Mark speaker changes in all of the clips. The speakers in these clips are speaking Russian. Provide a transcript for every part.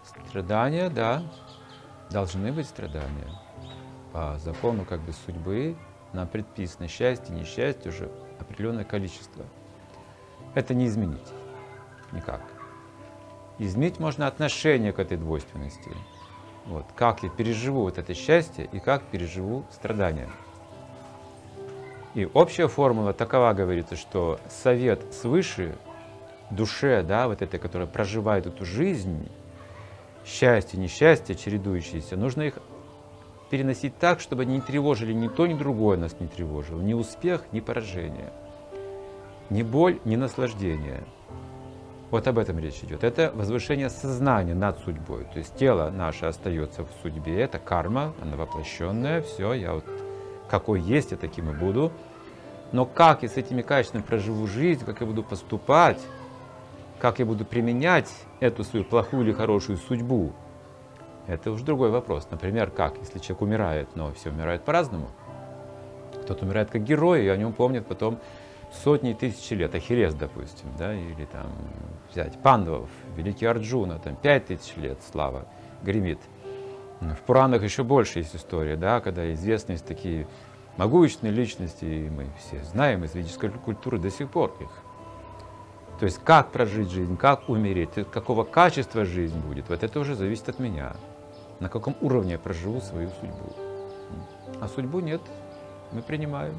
Speaker 1: Страдания, да, должны быть страдания. По закону как бы судьбы нам предписано счастье, несчастье уже определенное количество. Это не изменить никак. Изменить можно отношение к этой двойственности. Вот, как я переживу вот это счастье и как переживу страдания. И общая формула такова, говорится, что совет свыше душе, да, вот этой, которая проживает эту жизнь, счастье, несчастье, чередующиеся, нужно их переносить так, чтобы они не тревожили ни то, ни другое нас не тревожило, ни успех, ни поражение, ни боль, ни наслаждение. Вот об этом речь идет. Это возвышение сознания над судьбой. То есть тело наше остается в судьбе, это карма, она воплощенная, все, я вот какой есть, я таким и буду. Но как я с этими качествами проживу жизнь, как я буду поступать, как я буду применять эту свою плохую или хорошую судьбу, это уже другой вопрос. Например, как, если человек умирает, но все умирают по-разному. Кто-то умирает как герой, и о нем помнят потом сотни и тысячи лет. Ахиллес, допустим, да, или там взять Пандавов, великий Арджуна, там 5000 лет слава гремит. В Пуранах еще больше есть история, да, когда известны есть такие могущественные личности, и мы все знаем из ведической культуры до сих пор их. То есть как прожить жизнь, как умереть, какого качества жизнь будет, вот это уже зависит от меня. На каком уровне я проживу свою судьбу. А судьбу нет, мы принимаем.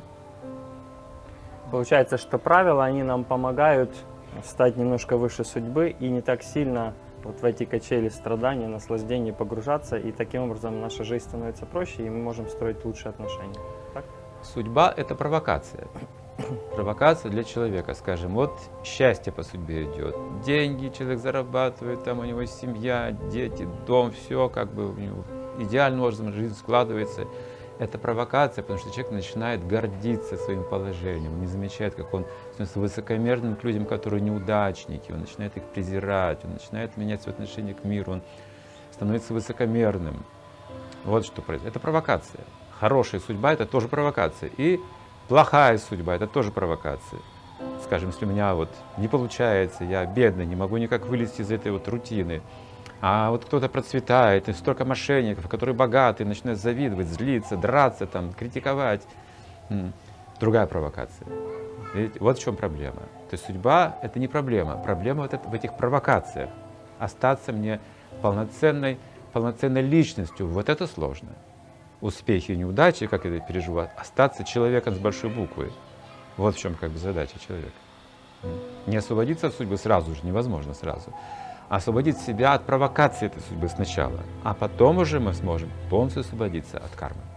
Speaker 2: Получается, что правила, они нам помогают стать немножко выше судьбы и не так сильно вот в эти качели страданий, наслаждений погружаться, и таким образом наша жизнь становится проще, и мы можем строить лучшие отношения. Так?
Speaker 1: Судьба – это провокация. Провокация для человека, скажем, вот счастье по судьбе идет, деньги человек зарабатывает, там у него семья, дети, дом, все как бы у него идеальным образом жизнь складывается. Это провокация, потому что человек начинает гордиться своим положением, он не замечает, как он становится высокомерным к людям, которые неудачники, он начинает их презирать, он начинает менять свое отношение к миру, он становится высокомерным. Вот что происходит. Это провокация. Хорошая судьба – это тоже провокация. И плохая судьба – это тоже провокация. Скажем, если у меня вот не получается, я бедный, не могу никак вылезти из этой вот рутины, а вот кто-то процветает, и столько мошенников, которые богатые, начинают завидовать, злиться, драться, там, критиковать. Другая провокация. Видите? Вот в чем проблема. То есть судьба – это не проблема. Проблема вот в этих провокациях. Остаться мне полноценной личностью – вот это сложно. Успехи и неудачи, как это переживу, остаться человеком с большой буквы. Вот в чем как бы задача человека. Не освободиться от судьбы сразу же, невозможно сразу. Освободить себя от провокации этой судьбы сначала, а потом уже мы сможем полностью освободиться от кармы.